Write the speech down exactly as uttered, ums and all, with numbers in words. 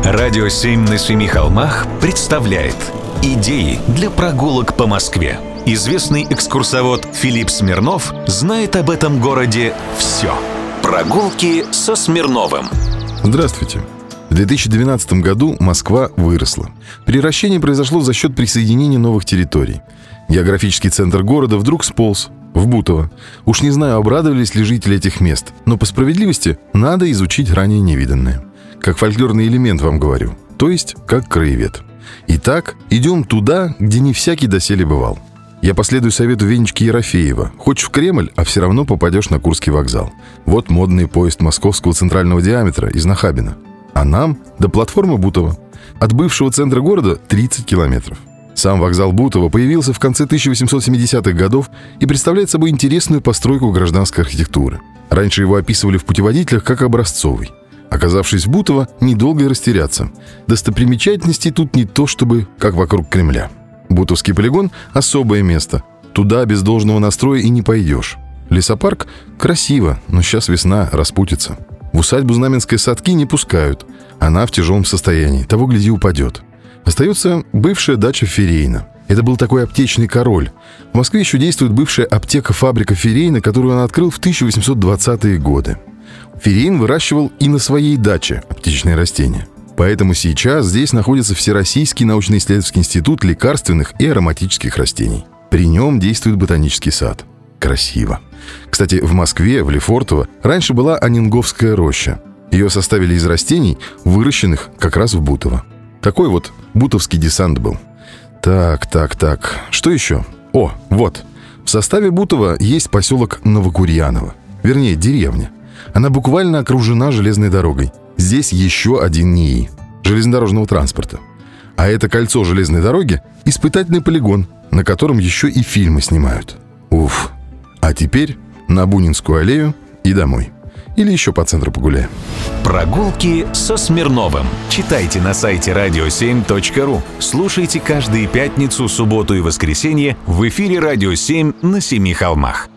Радио семь на семи холмах представляет идеи для прогулок по Москве. Известный экскурсовод Филипп Смирнов знает об этом городе все. Прогулки со Смирновым. Здравствуйте. В две тысячи двенадцатом году Москва выросла. Приращение произошло за счет присоединения новых территорий. Географический центр города вдруг сполз в Бутово. Уж не знаю, обрадовались ли жители этих мест, но по справедливости надо изучить ранее невиданное. Как фольклорный элемент вам говорю, то есть как краевед. Итак, идем туда, где не всякий доселе бывал. Я последую совету Венечки Ерофеева. Хочешь в Кремль, а все равно попадешь на Курский вокзал. Вот модный поезд московского центрального диаметра из Нахабино. А нам до платформы Бутово. От бывшего центра города тридцать километров. Сам вокзал Бутово появился в конце тысяча восемьсот семидесятых годов и представляет собой интересную постройку гражданской архитектуры. Раньше его описывали в путеводителях как образцовый. Оказавшись в Бутово, недолго и растеряться. Достопримечательностей тут не то чтобы как вокруг Кремля. Бутовский полигон – особое место. Туда без должного настроя и не пойдешь. Лесопарк – красиво, но сейчас весна, распутится. В усадьбу Знаменские садки не пускают. Она в тяжелом состоянии, того гляди упадет. Остается бывшая дача Ферейна. Это был такой аптечный король. В Москве еще действует бывшая аптека-фабрика Ферейна, которую он открыл в тысяча восемьсот двадцатые годы. Ферейн выращивал и на своей даче аптечные растения. Поэтому сейчас здесь находится Всероссийский научно-исследовательский институт лекарственных и ароматических растений. При нем действует ботанический сад. Красиво. Кстати, в Москве, в Лефортово, раньше была Анненговская роща. Ее составили из растений, выращенных как раз в Бутово. Такой вот бутовский десант был. Так, так, так. Что еще? О, вот. В составе Бутова есть поселок Новокурьяново. Вернее, деревня. Она буквально окружена железной дорогой. Здесь еще один НИИ – железнодорожного транспорта. А это кольцо железной дороги – испытательный полигон, на котором еще и фильмы снимают. Уф. А теперь на Бунинскую аллею и домой. Или еще по центру погуляем. Прогулки со Смирновым. Читайте на сайте радио семь точка ру. Слушайте каждые пятницу, субботу и воскресенье в эфире «Радио семь» на Семи холмах.